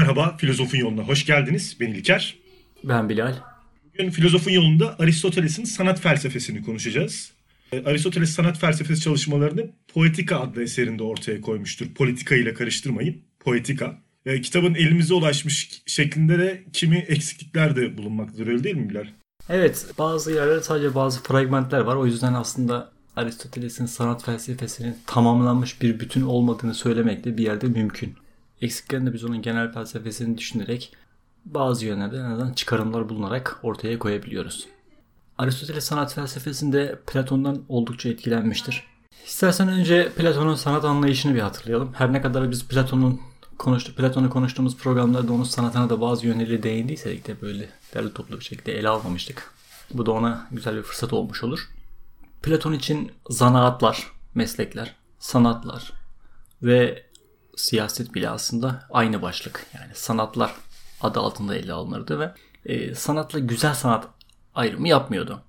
Merhaba, Filozofun Yoluna hoş geldiniz. Ben İlker. Ben Bilal. Bugün Filozofun Yolunda Aristoteles'in sanat felsefesini konuşacağız. Aristoteles sanat felsefesi çalışmalarını Poetika adlı eserinde ortaya koymuştur. Politika ile karıştırmayın, Poetika. Kitabın elimize ulaşmış şeklinde de kimi eksiklikler de bulunmaktadır, öyle değil mi Bilal? Evet, bazı yerlerde sadece bazı fragmentler var. O yüzden aslında Aristoteles'in sanat felsefesinin tamamlanmış bir bütün olmadığını söylemek de bir yerde mümkün. Eksiklerini de biz onun genel felsefesini düşünerek bazı yönlerde en azından çıkarımlar bulunarak ortaya koyabiliyoruz. Aristoteles sanat felsefesinde Platon'dan oldukça etkilenmiştir. İstersen önce Platon'un sanat anlayışını bir hatırlayalım. Her ne kadar biz Platon'u konuştuğumuz programlarda onun sanatına da bazı yönleriyle değindiysek de böyle derli toplu bir şekilde ele almamıştık. Bu da ona güzel bir fırsat olmuş olur. Platon için zanaatlar, meslekler, sanatlar ve siyaset bile aslında aynı başlık. Yani sanatlar adı altında ele alınırdı ve sanatla güzel sanat ayrımı yapmıyordu.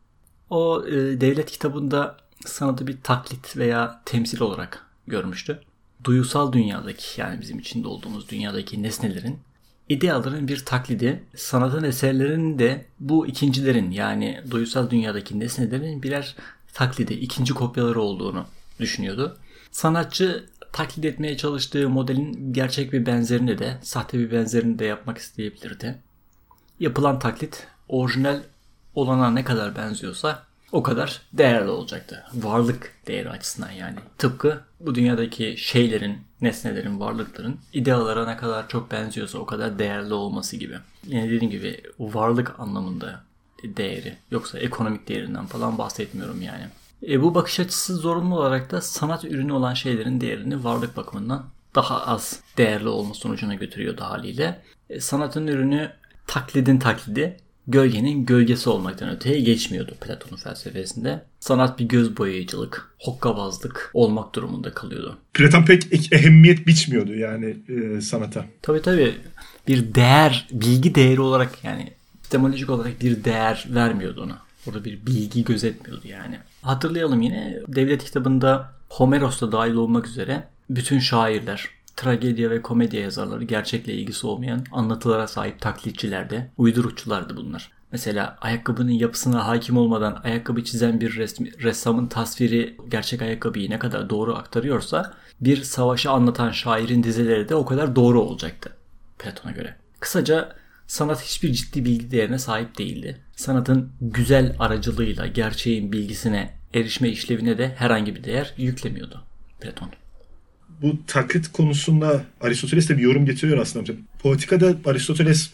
O devlet kitabında sanatı bir taklit veya temsil olarak görmüştü. Duyusal dünyadaki, yani bizim içinde olduğumuz dünyadaki nesnelerin, ideallerin bir taklidi, sanatın eserlerinin de bu ikincilerin, yani duyusal dünyadaki nesnelerin birer taklidi, ikinci kopyaları olduğunu düşünüyordu. Sanatçı taklit etmeye çalıştığı modelin gerçek bir benzerini de, sahte bir benzerini de yapmak isteyebilirdi. Yapılan taklit orijinal olana ne kadar benziyorsa o kadar değerli olacaktı. Varlık değeri açısından yani. Tıpkı bu dünyadaki şeylerin, nesnelerin, varlıkların idealara ne kadar çok benziyorsa o kadar değerli olması gibi. Yani dediğim gibi varlık anlamında değeri. Yoksa ekonomik değerinden falan bahsetmiyorum yani. Bu bakış açısı zorunlu olarak da sanat ürünü olan şeylerin değerini varlık bakımından daha az değerli olma sonucuna götürüyordu haliyle. Sanatın ürünü taklidin taklidi, gölgenin gölgesi olmaktan öteye geçmiyordu Platon'un felsefesinde. Sanat bir göz boyayıcılık, hokkabazlık olmak durumunda kalıyordu. Platon pek ehemmiyet biçmiyordu yani sanata. Tabii bir değer, bilgi değeri olarak, yani epistemolojik olarak bir değer vermiyordu ona. Orada bir bilgi gözetmiyordu yani. Hatırlayalım yine devlet kitabında Homeros da dahil olmak üzere bütün şairler, tragedya ve komedya yazarları, gerçekle ilgisi olmayan anlatılara sahip taklitçilerdi, uydurukçulardı bunlar. Mesela ayakkabının yapısına hakim olmadan ayakkabı çizen bir ressamın tasviri gerçek ayakkabıyı ne kadar doğru aktarıyorsa bir savaşı anlatan şairin dizeleri de o kadar doğru olacaktı Platon'a göre. Kısaca sanat hiçbir ciddi bilgi değerine sahip değildi. Sanatın güzel aracılığıyla gerçeğin bilgisine erişme işlevine de herhangi bir değer yüklemiyordu Platon. Bu taklit konusunda Aristoteles de bir yorum getiriyor aslında. Poetika'da Aristoteles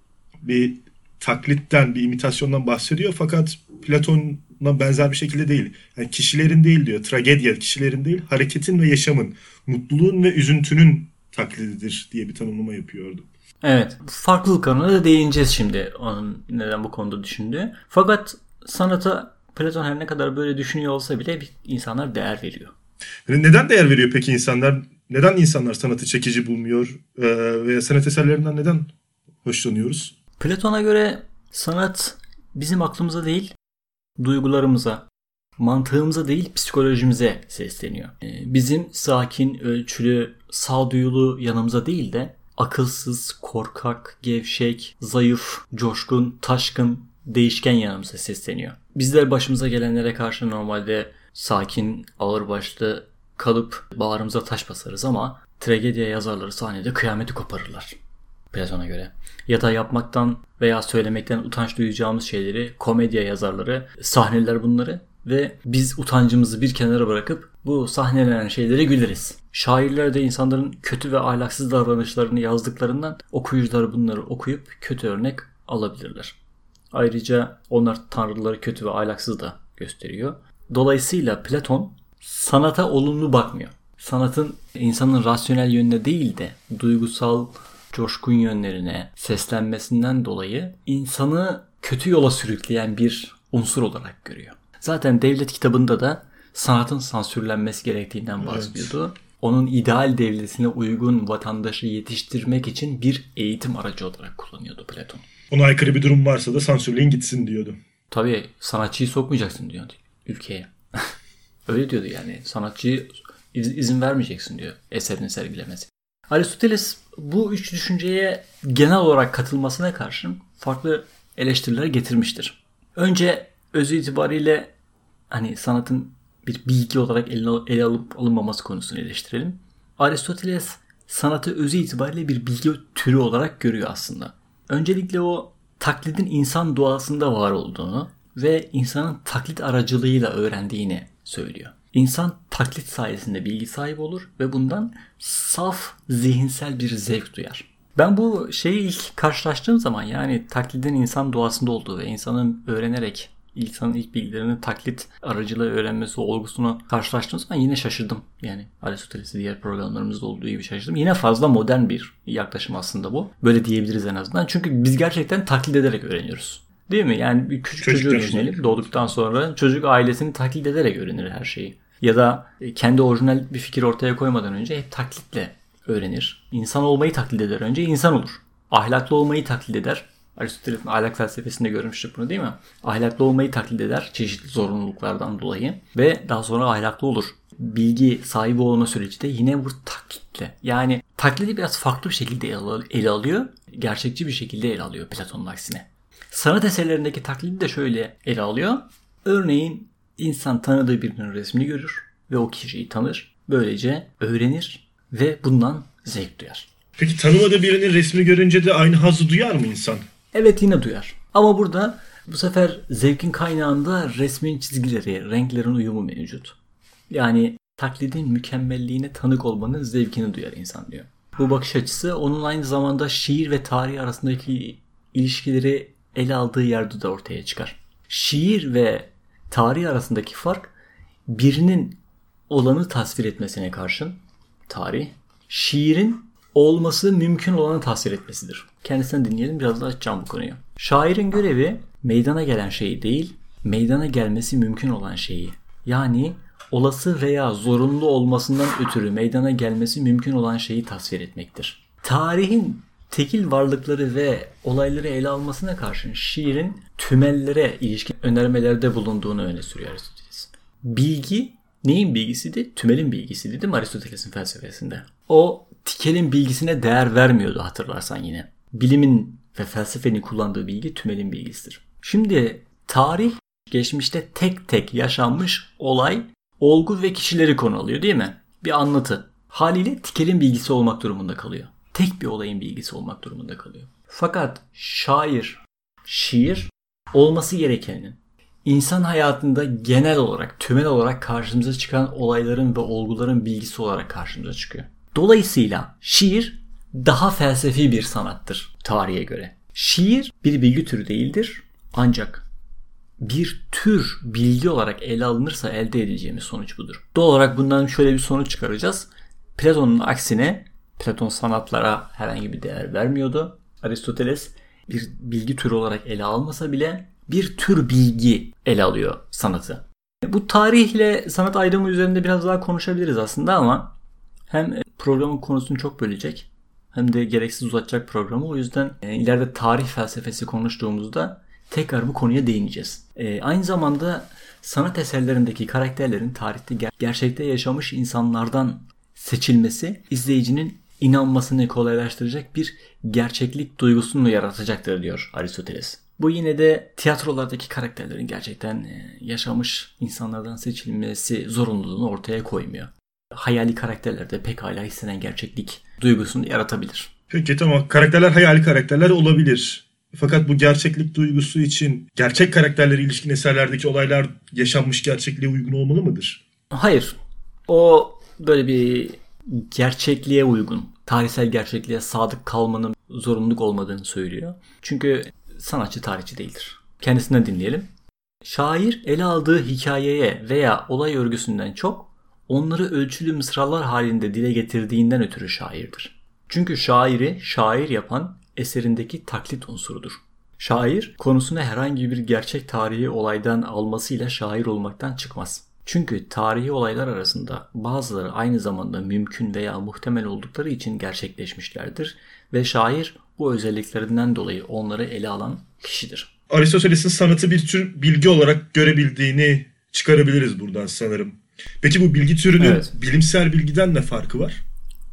bir taklitten, bir imitasyondan bahsediyor fakat Platon'la benzer bir şekilde değil. Yani kişilerin değil diyor, tragedya kişilerin değil, hareketin ve yaşamın, mutluluğun ve üzüntünün taklididir diye bir tanımlama yapıyordu. Evet, farklılıklarına da değineceğiz şimdi onun neden bu konuda düşündüğü. Fakat sanata Platon her ne kadar böyle düşünüyor olsa bile insanlar değer veriyor. Yani neden değer veriyor peki insanlar? Neden insanlar sanatı çekici bulmuyor? Ve sanat eserlerinden neden hoşlanıyoruz? Platon'a göre sanat bizim aklımıza değil, duygularımıza, mantığımıza değil, psikolojimize sesleniyor. Bizim sakin, ölçülü, sağduyulu yanımıza değil de akılsız, korkak, gevşek, zayıf, coşkun, taşkın, değişken yanımıza sesleniyor. Bizler başımıza gelenlere karşı normalde sakin, ağırbaşlı kalıp bağrımıza taş basarız ama tragedya yazarları sahnede kıyameti koparırlar Platon'a göre. Ya da yapmaktan veya söylemekten utanç duyacağımız şeyleri komedya yazarları sahneler bunları ve biz utancımızı bir kenara bırakıp bu sahnelenen şeylere güleriz. Şairler de insanların kötü ve ahlaksız davranışlarını yazdıklarından okuyucular bunları okuyup kötü örnek alabilirler. Ayrıca onlar tanrıları kötü ve ahlaksız da gösteriyor. Dolayısıyla Platon sanata olumlu bakmıyor. Sanatın insanın rasyonel yönüne değil de duygusal, coşkun yönlerine seslenmesinden dolayı insanı kötü yola sürükleyen bir unsur olarak görüyor. Zaten devlet kitabında da sanatın sansürlenmesi gerektiğinden bahsediyordu. Evet. Onun ideal devletine uygun vatandaşı yetiştirmek için bir eğitim aracı olarak kullanıyordu Platon. Ona aykırı bir durum varsa da sansürleyin gitsin diyordu. Tabii sanatçıyı sokmayacaksın diyordu ülkeye. Öyle diyordu yani, sanatçıyı izin vermeyeceksin diyor eserini sergilemesi. Aristoteles bu üç düşünceye genel olarak katılmasına karşın farklı eleştiriler getirmiştir. Önce özü itibariyle hani sanatın bir bilgi olarak ele alıp alınmaması konusunu eleştirelim. Aristoteles sanatı özü itibariyle bir bilgi türü olarak görüyor aslında. Öncelikle o taklidin insan doğasında var olduğunu ve insanın taklit aracılığıyla öğrendiğini söylüyor. İnsan taklit sayesinde bilgi sahibi olur ve bundan saf zihinsel bir zevk duyar. Ben bu şeyi ilk karşılaştığım zaman, yani taklidin insan doğasında olduğu ve insanın öğrenerek insanın ilk bilgilerini taklit aracılığıyla öğrenmesi olgusunu karşılaştığım zaman yine şaşırdım. Yani Aristoteles'i diğer programlarımızda olduğu gibi şaşırdım. Yine fazla modern bir yaklaşım aslında bu. Böyle diyebiliriz en azından. Çünkü biz gerçekten taklit ederek öğreniyoruz. Değil mi? Yani bir küçük çocuğu düşünelim. Doğduktan sonra çocuk ailesini taklit ederek öğrenir her şeyi. Ya da kendi orijinal bir fikir ortaya koymadan önce hep taklitle öğrenir. İnsan olmayı taklit eder önce insan olur. Ahlaklı olmayı taklit eder. Aristoteles'in ahlak felsefesinde görmüştük bunu, değil mi? Ahlaklı olmayı taklit eder çeşitli zorunluluklardan dolayı ve daha sonra ahlaklı olur. Bilgi sahibi olma süreci de yine bu taklitle. Yani taklidi biraz farklı bir şekilde ele alıyor. Gerçekçi bir şekilde ele alıyor Platon'un aksine. Sanat eserlerindeki taklidi de şöyle ele alıyor. Örneğin insan tanıdığı birinin resmini görür ve o kişiyi tanır. Böylece öğrenir ve bundan zevk duyar. Peki tanımadığı birinin resmini görünce de aynı hazzı duyar mı insan? Evet, yine duyar. Ama burada bu sefer zevkin kaynağında resmin çizgileri, renklerin uyumu mevcut. Yani taklidin mükemmelliğine tanık olmanın zevkini duyar insan diyor. Bu bakış açısı onun aynı zamanda şiir ve tarih arasındaki ilişkileri ele aldığı yerde de ortaya çıkar. Şiir ve tarih arasındaki fark birinin olanı tasvir etmesine karşın tarih, şiirin olması mümkün olanı tasvir etmesidir. Kendisinden dinleyelim, biraz daha açacağım bu konuyu. Şairin görevi meydana gelen şeyi değil, meydana gelmesi mümkün olan şeyi, yani olası veya zorunlu olmasından ötürü meydana gelmesi mümkün olan şeyi tasvir etmektir. Tarihin tekil varlıkları ve olayları ele almasına karşın şiirin tümellere ilişkin önermelerde bulunduğunu öne sürüyor Aristoteles. Bilgi neyin bilgisiydi? Tümelin bilgisiydi, değil mi Aristoteles'in felsefesinde? O tikelin bilgisine değer vermiyordu, hatırlarsan yine. Bilimin ve felsefenin kullandığı bilgi tümelin bilgisidir. Şimdi tarih geçmişte tek tek yaşanmış olay, olgu ve kişileri konu alıyor, değil mi? Bir anlatı. Haliyle tikelin bilgisi olmak durumunda kalıyor. Tek bir olayın bilgisi olmak durumunda kalıyor. Fakat şiir olması gerekenin, İnsan hayatında genel olarak, tümel olarak karşımıza çıkan olayların ve olguların bilgisi olarak karşımıza çıkıyor. Dolayısıyla şiir daha felsefi bir sanattır tarihe göre. Şiir bir bilgi türü değildir, ancak bir tür bilgi olarak ele alınırsa elde edeceğimiz sonuç budur. Doğal olarak bundan şöyle bir sonuç çıkaracağız. Platon'un aksine, Platon sanatlara herhangi bir değer vermiyordu. Aristoteles bir bilgi türü olarak ele almasa bile bir tür bilgi ele alıyor sanatı. Bu tarihle sanat ayrımı üzerinde biraz daha konuşabiliriz aslında ama hem programın konusunu çok bölecek hem de gereksiz uzatacak programı. O yüzden ileride tarih felsefesi konuştuğumuzda tekrar bu konuya değineceğiz. Aynı zamanda sanat eserlerindeki karakterlerin tarihte gerçekte yaşamış insanlardan seçilmesi izleyicinin inanmasını kolaylaştıracak bir gerçeklik duygusunu yaratacaktır diyor Aristoteles. Bu yine de tiyatrolardaki karakterlerin gerçekten yaşamış insanlardan seçilmesi zorunluluğunu ortaya koymuyor. Hayali karakterlerde pekala hisseden gerçeklik duygusunu yaratabilir. Peki tamam, karakterler hayali karakterler olabilir. Fakat bu gerçeklik duygusu için gerçek karakterlere ilişkin eserlerdeki olaylar yaşanmış gerçekliğe uygun olmalı mıdır? Hayır. O böyle bir gerçekliğe uygun, tarihsel gerçekliğe sadık kalmanın zorunluluk olmadığını söylüyor. Çünkü sanatçı tarihçi değildir. Kendisinden dinleyelim. Şair ele aldığı hikayeye veya olay örgüsünden çok onları ölçülü mısralar halinde dile getirdiğinden ötürü şairdir. Çünkü şairi şair yapan eserindeki taklit unsurudur. Şair konusunu herhangi bir gerçek tarihi olaydan almasıyla şair olmaktan çıkmaz. Çünkü tarihi olaylar arasında bazıları aynı zamanda mümkün veya muhtemel oldukları için gerçekleşmişlerdir ve şair bu özelliklerinden dolayı onları ele alan kişidir. Aristoteles'in sanatı bir tür bilgi olarak görebildiğini çıkarabiliriz buradan sanırım. Peki bu bilgi türünün bilimsel bilgiden ne farkı var?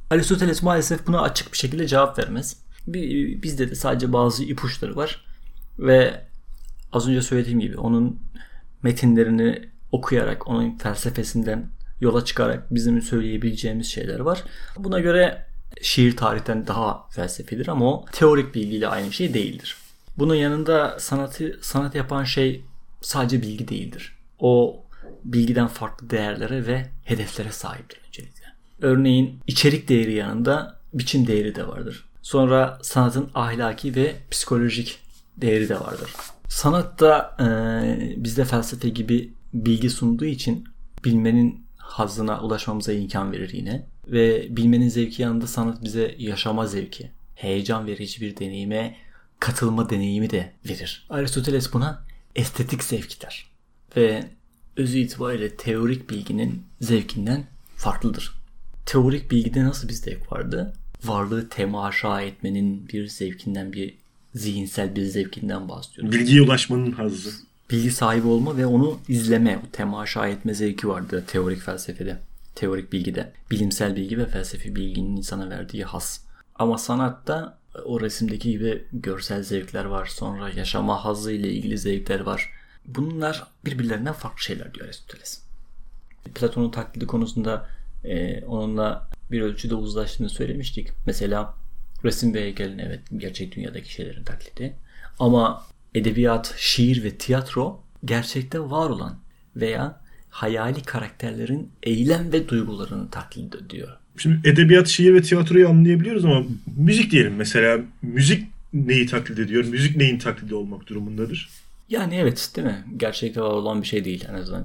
Aristoteles maalesef buna açık bir şekilde cevap vermez. Bizde de sadece bazı ipuçları var ve az önce söylediğim gibi onun metinlerini okuyarak, onun felsefesinden yola çıkarak bizim söyleyebileceğimiz şeyler var. Buna göre şiir tarihten daha felsefedir ama o teorik bilgiyle aynı şey değildir. Bunun yanında sanat yapan şey sadece bilgi değildir. O bilgiden farklı değerlere ve hedeflere sahiptir öncelikle. Örneğin içerik değeri yanında biçim değeri de vardır. Sonra sanatın ahlaki ve psikolojik değeri de vardır. Sanat da bizde felsefe gibi bilgi sunduğu için bilmenin hazzına ulaşmamıza imkan verir yine. Ve bilmenin zevki yanında sanat bize yaşama zevki, heyecan verici bir deneyime katılma deneyimi de verir. Aristoteles buna estetik zevk der. Ve özü itibariyle teorik bilginin zevkinden farklıdır. Teorik bilgide nasıl bir zevk vardı? Varlığı temaşa etmenin bir zevkinden, bir zihinsel bir zevkinden bahsediyoruz. Bilgiye ulaşmanın hazzı. Bilgi sahibi olma ve onu izleme, temaşa etme zevki vardı teorik felsefede, teorik bilgide. Bilimsel bilgi ve felsefi bilginin insana verdiği haz. Ama sanatta o resimdeki gibi görsel zevkler var. Sonra yaşama hazzı ile ilgili zevkler var. Bunlar birbirlerinden farklı şeyler diyor Aristoteles. Platon'un taklidi konusunda onunla bir ölçüde uzlaştığını söylemiştik. Mesela resim ve heykelin evet gerçek dünyadaki şeylerin taklidi. Ama edebiyat, şiir ve tiyatro gerçekte var olan veya hayali karakterlerin eylem ve duygularını taklit ediyor. Şimdi edebiyat, şiir ve tiyatroyu anlayabiliyoruz ama müzik diyelim mesela. Müzik neyi taklit ediyor? Müzik neyin taklidi olmak durumundadır? Yani evet, değil mi? Gerçekte var olan bir şey değil. En azından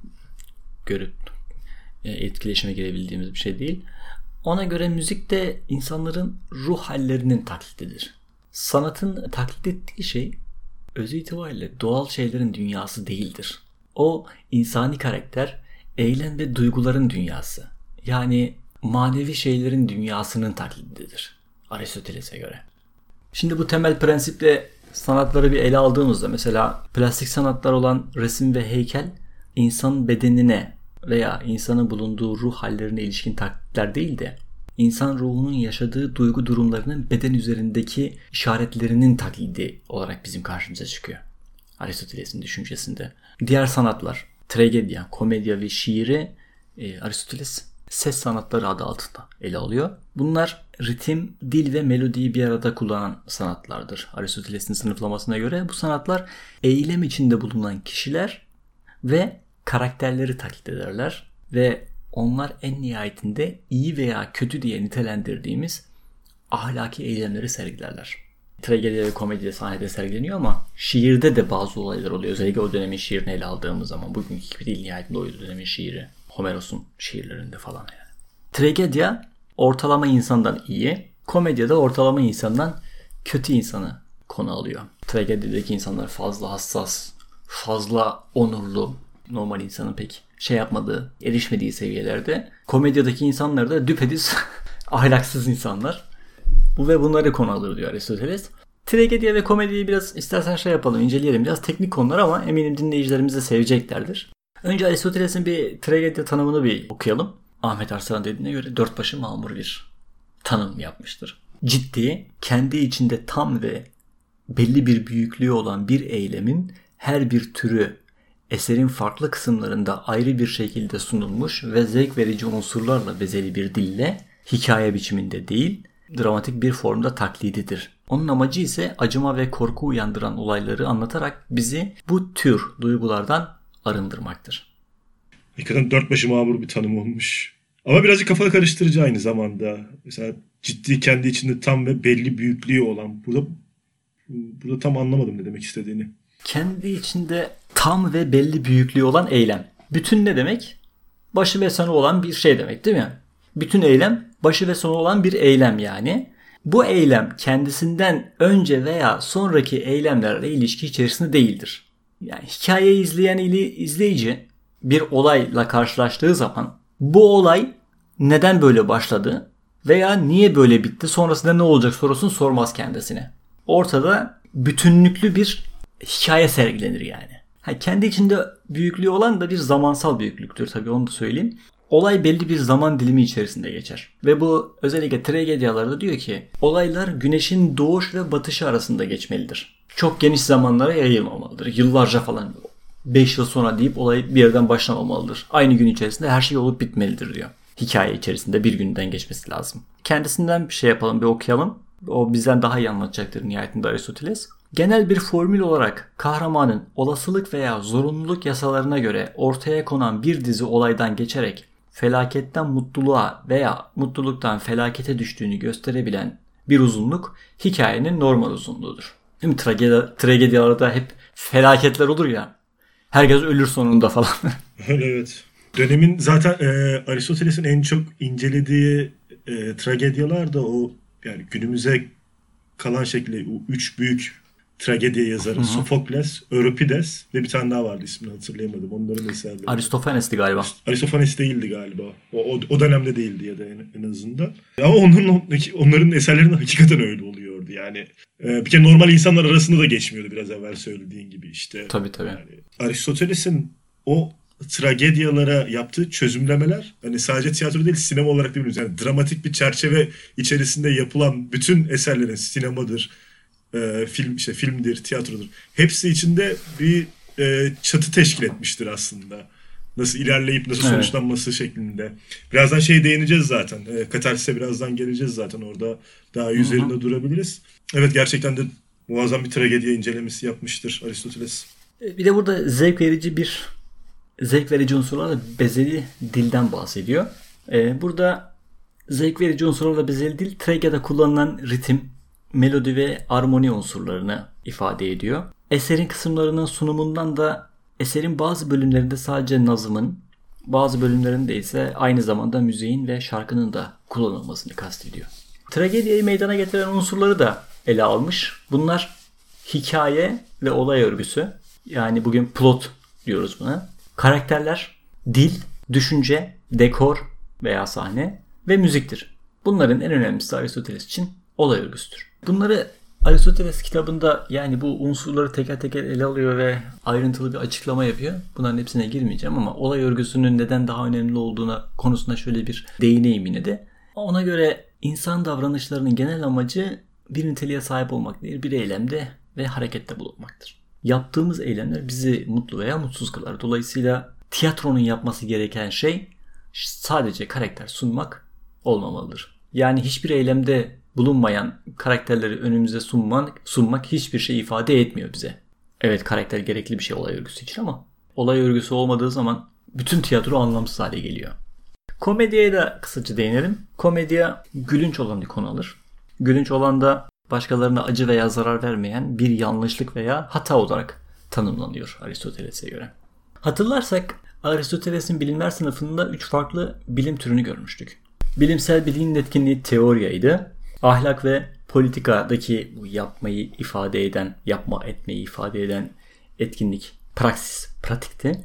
görüp etkileşime girebildiğimiz bir şey değil. Ona göre müzik de insanların ruh hallerinin taklididir. Sanatın taklit ettiği şey özü itibariyle doğal şeylerin dünyası değildir. O insani karakter, eylem ve duyguların dünyası. Yani manevi şeylerin dünyasının taklididir Aristoteles'e göre. Şimdi bu temel prensiple sanatları bir ele aldığımızda mesela plastik sanatlar olan resim ve heykel insan bedenine veya insanın bulunduğu ruh hallerine ilişkin taklitler değil de insan ruhunun yaşadığı duygu durumlarının beden üzerindeki işaretlerinin taklidi olarak bizim karşımıza çıkıyor Aristoteles'in düşüncesinde. Diğer sanatlar, tragedya, komedya ve şiiri Aristoteles ses sanatları adı altında ele alıyor. Bunlar ritim, dil ve melodiyi bir arada kullanan sanatlardır. Aristoteles'in sınıflamasına göre bu sanatlar eylem içinde bulunan kişiler ve karakterleri taklit ederler ve onlar en nihayetinde iyi veya kötü diye nitelendirdiğimiz ahlaki eylemleri sergilerler. Tragedya ve komedide sahnede sergileniyor ama şiirde de bazı olaylar oluyor. Özellikle o dönemin şiirini ele aldığımız zaman bugünkü gibi değil, nihayetinde o dönemin şiiri. Homeros'un şiirlerinde falan yani. Tragedya ortalama insandan iyi, komedya da ortalama insandan kötü insanı konu alıyor. Tragedyadaki insanlar fazla hassas, fazla onurlu, normal insanın pek yapmadığı, erişmediği seviyelerde. Komedyadaki insanlar da düpedüz ahlaksız insanlar. Bu ve bunları konu alır diyor Aristoteles. Tragedya ve komediyi biraz istersen yapalım, inceleyelim. Biraz teknik konular ama eminim dinleyicilerimiz de seveceklerdir. Önce Aristoteles'in bir tragedya tanımını bir okuyalım. Ahmet Arslan dediğine göre dört başı mamur bir tanım yapmıştır. Ciddi, kendi içinde tam ve belli bir büyüklüğü olan bir eylemin her bir türü eserin farklı kısımlarında ayrı bir şekilde sunulmuş ve zevk verici unsurlarla bezeli bir dille, hikaye biçiminde değil, dramatik bir formda taklididir. Onun amacı ise acıma ve korku uyandıran olayları anlatarak bizi bu tür duygulardan arındırmaktır. Hakikaten dört başı mamur bir tanım olmuş. Ama birazcık kafa karıştırıcı aynı zamanda. Mesela ciddi, kendi içinde tam ve belli büyüklüğü olan. Burada tam anlamadım ne demek istediğini. Kendi içinde tam ve belli büyüklüğü olan eylem. Bütün ne demek? Başı ve sonu olan bir şey demek, değil mi? Bütün eylem başı ve sonu olan bir eylem yani. Bu eylem kendisinden önce veya sonraki eylemlerle ilişki içerisinde değildir. Yani hikayeyi izleyen izleyici bir olayla karşılaştığı zaman bu olay neden böyle başladı veya niye böyle bitti, sonrasında ne olacak sorusunu sormaz kendisine. Ortada bütünlüklü bir hikaye sergilenir yani. Kendi içinde büyüklüğü olan da bir zamansal büyüklüktür, tabii onu da söyleyeyim. Olay belli bir zaman dilimi içerisinde geçer. Ve bu özellikle tragedyalarda diyor ki olaylar güneşin doğuş ve batışı arasında geçmelidir. Çok geniş zamanlara yayılmamalıdır. Yıllarca falan 5 yıl sonra deyip olay bir yerden başlamamalıdır. Aynı gün içerisinde her şey olup bitmelidir diyor. Hikaye içerisinde bir günden geçmesi lazım. Kendisinden bir şey yapalım, bir okuyalım. O bizden daha iyi anlatacaktır nihayetinde Aristoteles. Genel bir formül olarak kahramanın olasılık veya zorunluluk yasalarına göre ortaya konan bir dizi olaydan geçerek felaketten mutluluğa veya mutluluktan felakete düştüğünü gösterebilen bir uzunluk hikayenin normal uzunluğudur. Değil mi? Tragedyalarda hep felaketler olur ya. Herkes ölür sonunda falan. Evet. Dönemin zaten Aristoteles'in en çok incelediği tragedyalar da o, yani günümüze kalan şekilde o üç büyük tragedya yazarı Sofokles, Euripides ve bir tane daha vardı, ismini hatırlayamadım. Onların eserleri. Aristophanes'ti galiba. Aristophanes değildi galiba. O dönemde değildi ya da en azından. Ama onların eserlerinde hakikaten öyle oluyordu. Yani bir kere normal insanlar arasında da geçmiyordu, biraz evvel söylediğin gibi işte. Tabii. Yani Aristoteles'in o tragedyalara yaptığı çözümlemeler hani sadece tiyatro değil, sinema olarak da biliyoruz. Yani dramatik bir çerçeve içerisinde yapılan bütün eserlerin, sinemadır, filmdir, tiyatrodur, hepsi içinde bir çatı teşkil etmiştir aslında. Nasıl ilerleyip nasıl sonuçlanması şeklinde. Birazdan değineceğiz zaten. Katarsis'e birazdan geleceğiz zaten, orada daha üzerinde durabiliriz. Evet, gerçekten de muazzam bir tragedya incelemesi yapmıştır Aristoteles. Bir de burada zevk verici unsurlarla bezeli dilden bahsediyor. Burada zevk verici unsurlarla bezeli dil, tragedide kullanılan ritim, melodi ve armoni unsurlarını ifade ediyor. Eserin kısımlarının sunumundan da eserin bazı bölümlerinde sadece nazımın, bazı bölümlerinde ise aynı zamanda müziğin ve şarkının da kullanılmasını kastediyor. Tragediyi meydana getiren unsurları da ele almış. Bunlar hikaye ve olay örgüsü. Yani bugün plot diyoruz buna. Karakterler, dil, düşünce, dekor veya sahne ve müziktir. Bunların en önemlisi Aristoteles için olay örgüsüdür. Bunları Aristoteles kitabında, yani bu unsurları teker teker ele alıyor ve ayrıntılı bir açıklama yapıyor. Bunların hepsine girmeyeceğim ama olay örgüsünün neden daha önemli olduğuna konusunda şöyle bir değineyim yine de. Ona göre insan davranışlarının genel amacı bir niteliğe sahip olmak değil, bir eylemde ve harekette bulunmaktır. Yaptığımız eylemler bizi mutlu veya mutsuz kılar. Dolayısıyla tiyatronun yapması gereken şey sadece karakter sunmak olmamalıdır. Yani hiçbir eylemde bulunmayan karakterleri önümüze sunmak hiçbir şey ifade etmiyor bize. Evet, karakter gerekli bir şey olay örgüsü için ama olay örgüsü olmadığı zaman bütün tiyatro anlamsız hale geliyor. Komedyaya da kısaca değinelim. Komedya gülünç olan bir konu alır. Gülünç olan da başkalarına acı veya zarar vermeyen bir yanlışlık veya hata olarak tanımlanıyor Aristoteles'e göre. Hatırlarsak Aristoteles'in bilimler sınıfında 3 farklı bilim türünü görmüştük. Bilimsel bilginin etkinliği teoriyaydı. Ahlak ve politikadaki bu yapmayı ifade eden, yapma etmeyi ifade eden etkinlik praksis, pratikti.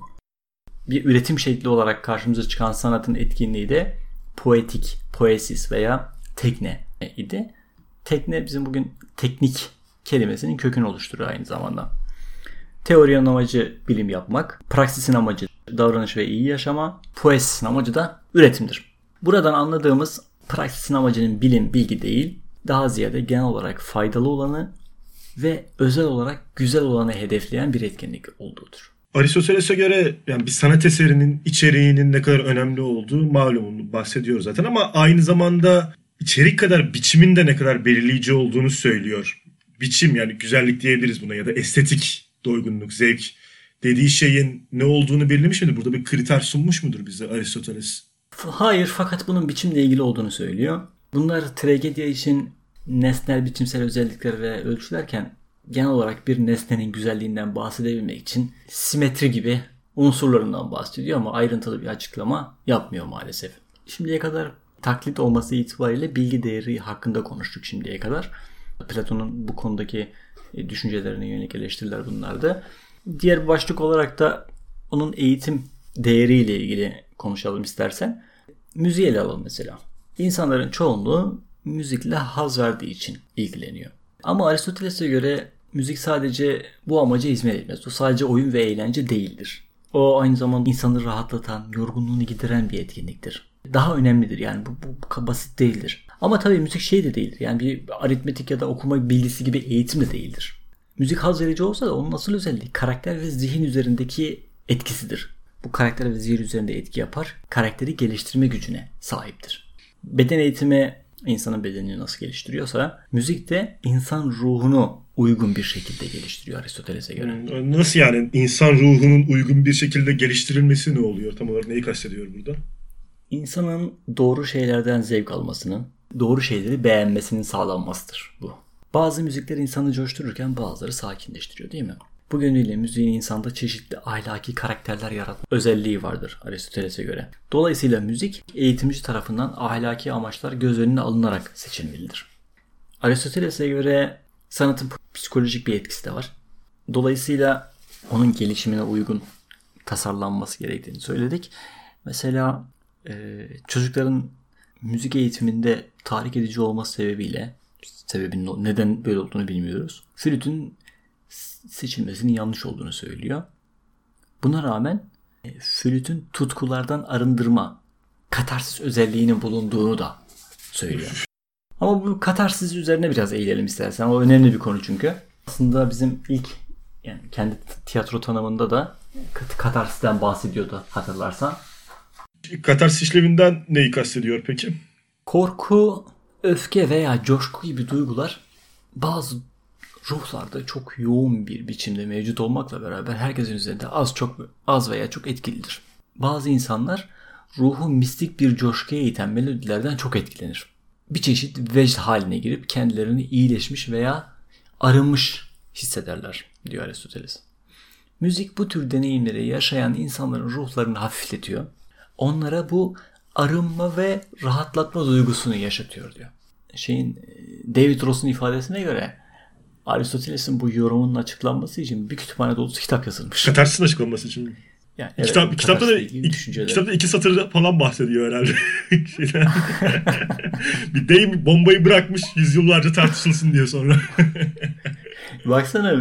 Bir üretim şekli olarak karşımıza çıkan sanatın etkinliği de poetik, poesis veya tekne idi. Tekne bizim bugün teknik kelimesinin kökünü oluşturur aynı zamanda. Teorinin amacı bilim yapmak, praksisin amacı davranış ve iyi yaşama, poesisin amacı da üretimdir. Buradan anladığımız praksisin amacının bilim, bilgi değil, daha ziyade genel olarak faydalı olanı ve özel olarak güzel olanı hedefleyen bir etkinlik olduğudur. Aristoteles'e göre yani bir sanat eserinin içeriğinin ne kadar önemli olduğu malum, bahsediyoruz zaten, ama aynı zamanda içerik kadar biçimin de ne kadar belirleyici olduğunu söylüyor. Biçim, yani güzellik diyebiliriz buna ya da estetik doygunluk, zevk dediği şeyin ne olduğunu belirlemiş midir? Burada bir kriter sunmuş mudur bize Aristoteles? Hayır, fakat bunun biçimle ilgili olduğunu söylüyor. Bunlar tragedya için nesnel biçimsel özellikler ve ölçülerken genel olarak bir nesnenin güzelliğinden bahsedebilmek için simetri gibi unsurlarından bahsediyor ama ayrıntılı bir açıklama yapmıyor maalesef. Şimdiye kadar taklit olması itibariyle bilgi değeri hakkında konuştuk şimdiye kadar. Platon'un bu konudaki düşüncelerine yönelik eleştiriler bunlardı. Diğer bir başlık olarak da onun eğitim değeriyle ilgili konuşalım istersen. Müziği ele alalım mesela. İnsanların çoğunluğu müzikle haz verdiği için ilgileniyor. Ama Aristoteles'e göre müzik sadece bu amaca hizmet etmez. O sadece oyun ve eğlence değildir. O aynı zamanda insanı rahatlatan, yorgunluğunu gideren bir etkinliktir. Daha önemlidir yani bu basit değildir. Ama tabii müzik şey de değildir. Yani bir aritmetik ya da okuma bilgisi gibi eğitim de değildir. Müzik haz verici olsa da onun asıl özelliği karakter ve zihin üzerindeki etkisidir. Bu karakter ve zihin üzerinde etki yapar. Karakteri geliştirme gücüne sahiptir. Beden eğitimi insanın bedenini nasıl geliştiriyorsa müzik de insan ruhunu uygun bir şekilde geliştiriyor Aristoteles'e göre. Nasıl yani insan ruhunun uygun bir şekilde geliştirilmesi ne oluyor? Tam olarak neyi kastediyor burada? İnsanın doğru şeylerden zevk almasının, doğru şeyleri beğenmesinin sağlanmasıdır bu. Bazı müzikler insanı coştururken bazıları sakinleştiriyor değil mi? Bu yönüyle müziğin insanda çeşitli ahlaki karakterler yaratma özelliği vardır Aristoteles'e göre. Dolayısıyla müzik eğitimci tarafından ahlaki amaçlar göz önüne alınarak seçilmelidir. Aristoteles'e göre sanatın psikolojik bir etkisi de var. Dolayısıyla onun gelişimine uygun tasarlanması gerektiğini söyledik. Mesela çocukların müzik eğitiminde tahrik edici olması sebebiyle, sebebinin neden böyle olduğunu bilmiyoruz, flütün seçilmesinin yanlış olduğunu söylüyor. Buna rağmen flütün tutkulardan arındırma, katarsis özelliğinin bulunduğunu da söylüyor. Ama bu katarsis üzerine biraz eğilelim istersen. O önemli bir konu çünkü. Aslında bizim ilk yani kendi tiyatro tanımında da katarsisten bahsediyordu hatırlarsan. Katarsis işlevinden neyi kastediyor peki? Korku, öfke veya coşku gibi duygular bazı ruhlarda çok yoğun bir biçimde mevcut olmakla beraber herkesin üzerinde az veya çok etkilidir. Bazı insanlar ruhu mistik bir coşkuya iten melodilerden çok etkilenir. Bir çeşit vecd haline girip kendilerini iyileşmiş veya arınmış hissederler diyor Aristoteles. Müzik bu tür deneyimleri yaşayan insanların ruhlarını hafifletiyor. Onlara bu arınma ve rahatlatma duygusunu yaşatıyor diyor. David Ross'un ifadesine göre Aristoteles'in bu yorumunun açıklanması için bir kütüphane dolusu kitap yazılmış. Katarsisin açıklanması için. Yani evet, kitapta 2 satır falan bahsediyor herhalde. Bir deyim bombayı bırakmış yüzyıllarca tartışılsın diye sonra. Baksana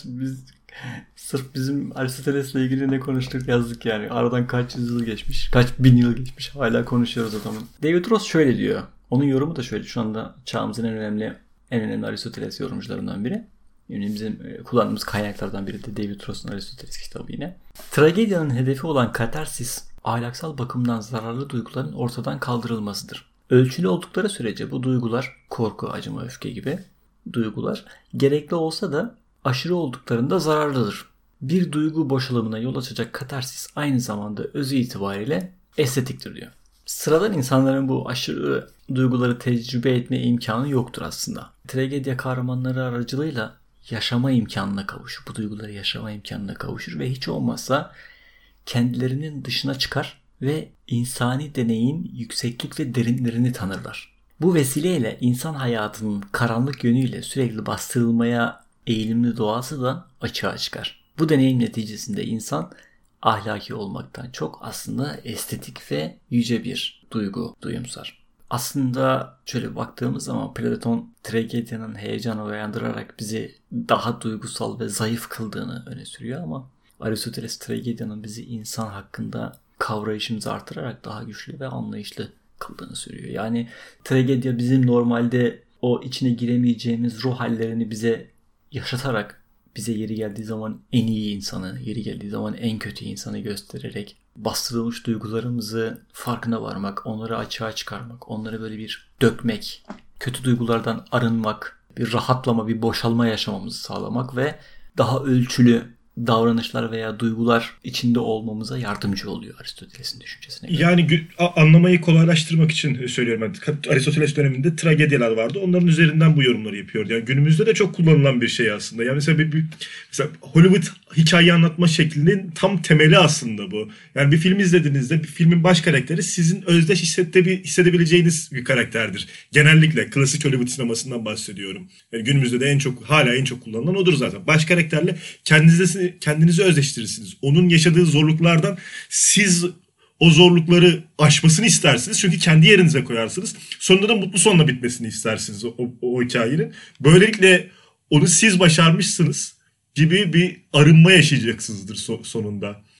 sırf bizim Aristoteles'le ilgili ne konuştuk yazdık yani. Aradan kaç yüzyıl geçmiş, kaç bin yıl geçmiş. Hala konuşuyoruz adamın. David Ross şöyle diyor. Onun yorumu da şöyle. Şu anda çağımızın en önemli Aristoteles yorumcularından biri. Yani bizim kullandığımız kaynaklardan biri de David Ross'un Aristoteles kitabı yine. Tragedyanın hedefi olan katarsis, ahlaksal bakımdan zararlı duyguların ortadan kaldırılmasıdır. Ölçülü oldukları sürece bu duygular, korku, acıma, öfke gibi duygular gerekli olsa da aşırı olduklarında zararlıdır. Bir duygu boşalımına yol açacak katarsis aynı zamanda özü itibariyle estetiktir diyor. Sıradan insanların bu aşırı duyguları tecrübe etme imkanı yoktur aslında. Tragedya kahramanları aracılığıyla yaşama imkanına kavuşur. Bu duyguları yaşama imkanına kavuşur ve hiç olmazsa kendilerinin dışına çıkar ve insani deneyin yükseklik ve derinlerini tanırlar. Bu vesileyle insan hayatının karanlık yönüyle sürekli bastırılmaya eğilimli doğası da açığa çıkar. Bu deneyim neticesinde insan ahlaki olmaktan çok aslında estetik ve yüce bir duygu duyumsar. Aslında şöyle baktığımız zaman Platon tragedyanın heyecanı uyandırarak bizi daha duygusal ve zayıf kıldığını öne sürüyor ama Aristoteles tragedyanın bizi insan hakkında kavrayışımızı artırarak daha güçlü ve anlayışlı kıldığını söylüyor. Yani tragedya bizim normalde o içine giremeyeceğimiz ruh hallerini bize yaşatarak bize yeri geldiği zaman en iyi insanı, yeri geldiği zaman en kötü insanı göstererek bastırılmış duygularımızı farkına varmak, onları açığa çıkarmak, onları böyle bir dökmek, kötü duygulardan arınmak, bir rahatlama, bir boşalma yaşamamızı sağlamak ve daha ölçülü davranışlar veya duygular içinde olmamıza yardımcı oluyor Aristoteles'in düşüncesine göre. Yani anlamayı kolaylaştırmak için söylüyorum ben. Aristoteles döneminde tragedyalar vardı. Onların üzerinden bu yorumları yapıyordu. Yani günümüzde de çok kullanılan bir şey aslında. Yani mesela Hollywood hikaye anlatma şeklinin tam temeli aslında bu. Yani bir film izlediğinizde bir filmin baş karakteri sizin özdeş hissedebileceğiniz bir karakterdir. Genellikle klasik Hollywood sinemasından bahsediyorum. Yani günümüzde de hala en çok kullanılan odur zaten. Baş karakterle kendinizi özleştirirsiniz. Onun yaşadığı zorluklardan siz o zorlukları aşmasını istersiniz. Çünkü kendi yerinize koyarsınız. Sonunda da mutlu sonla bitmesini istersiniz o hikayenin. Böylelikle onu siz başarmışsınız gibi bir arınma yaşayacaksınızdır sonunda.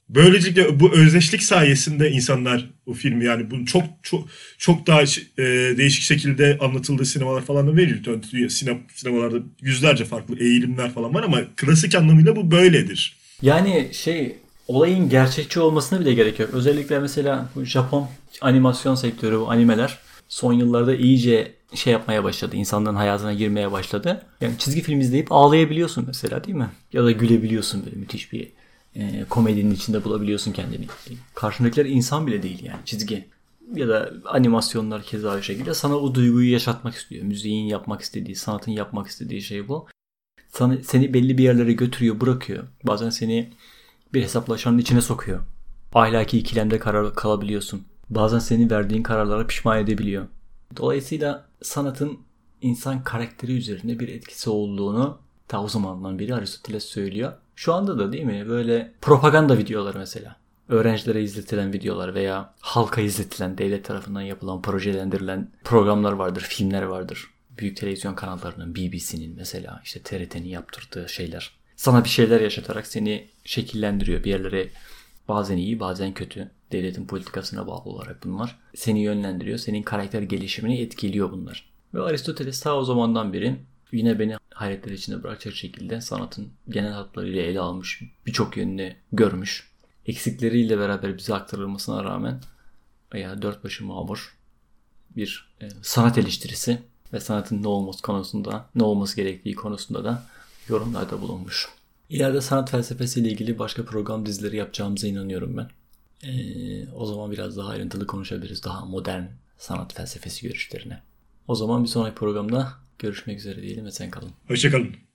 Böylelikle bu özdeşlik sayesinde insanlar bu filmi, yani bunu çok çok çok daha değişik şekilde anlatıldığı sinemalar falan da mevcut. Sinemalarda yüzlerce farklı eğilimler falan var ama klasik anlamıyla bu böyledir. Yani olayın gerçekçi olmasına bile gerek yok. Özellikle mesela bu Japon animasyon sektörü, bu animeler son yıllarda iyice yapmaya başladı. İnsanların hayatına girmeye başladı. Yani çizgi film izleyip ağlayabiliyorsun mesela, değil mi? Ya da gülebiliyorsun, böyle müthiş bir komedinin içinde bulabiliyorsun kendini. Karşındakiler insan bile değil yani, çizgi. Ya da animasyonlar keza aynı şekilde sana o duyguyu yaşatmak istiyor. Müziğin yapmak istediği, sanatın yapmak istediği şey bu. Seni belli bir yerlere götürüyor, bırakıyor. Bazen seni bir hesaplaşmanın içine sokuyor. Ahlaki ikilemde kalabiliyorsun. Bazen senin verdiğin kararlara pişman edebiliyor. Dolayısıyla sanatın insan karakteri üzerinde bir etkisi olduğunu ta o zamandan beri Aristoteles söylüyor. Şu anda da değil mi? Böyle propaganda videoları mesela. Öğrencilere izletilen videolar veya halka izletilen, devlet tarafından yapılan, projelendirilen programlar vardır, filmler vardır. Büyük televizyon kanallarının, BBC'nin mesela, işte TRT'nin yaptırdığı şeyler. Sana bir şeyler yaşatarak seni şekillendiriyor bir yerlere, bazen iyi bazen kötü. Devletin politikasına bağlı olarak bunlar. Seni yönlendiriyor, senin karakter gelişimini etkiliyor bunlar. Ve Aristoteles ta o zamandan beri yine beni hayretler içinde bırakacak şekilde sanatın genel hatlarıyla ele almış, birçok yönünü görmüş. Eksikleriyle beraber bize aktarılmasına rağmen veya dört başı mamur bir sanat eleştirisi ve sanatın ne olması gerektiği konusunda da yorumlarda bulunmuş. İleride sanat felsefesiyle ilgili başka program dizileri yapacağımıza inanıyorum ben. O zaman biraz daha ayrıntılı konuşabiliriz. Daha modern sanat felsefesi görüşlerine. O zaman bir sonraki programda görüşmek üzere diyelim ve sen kalın. Hoşça kalın.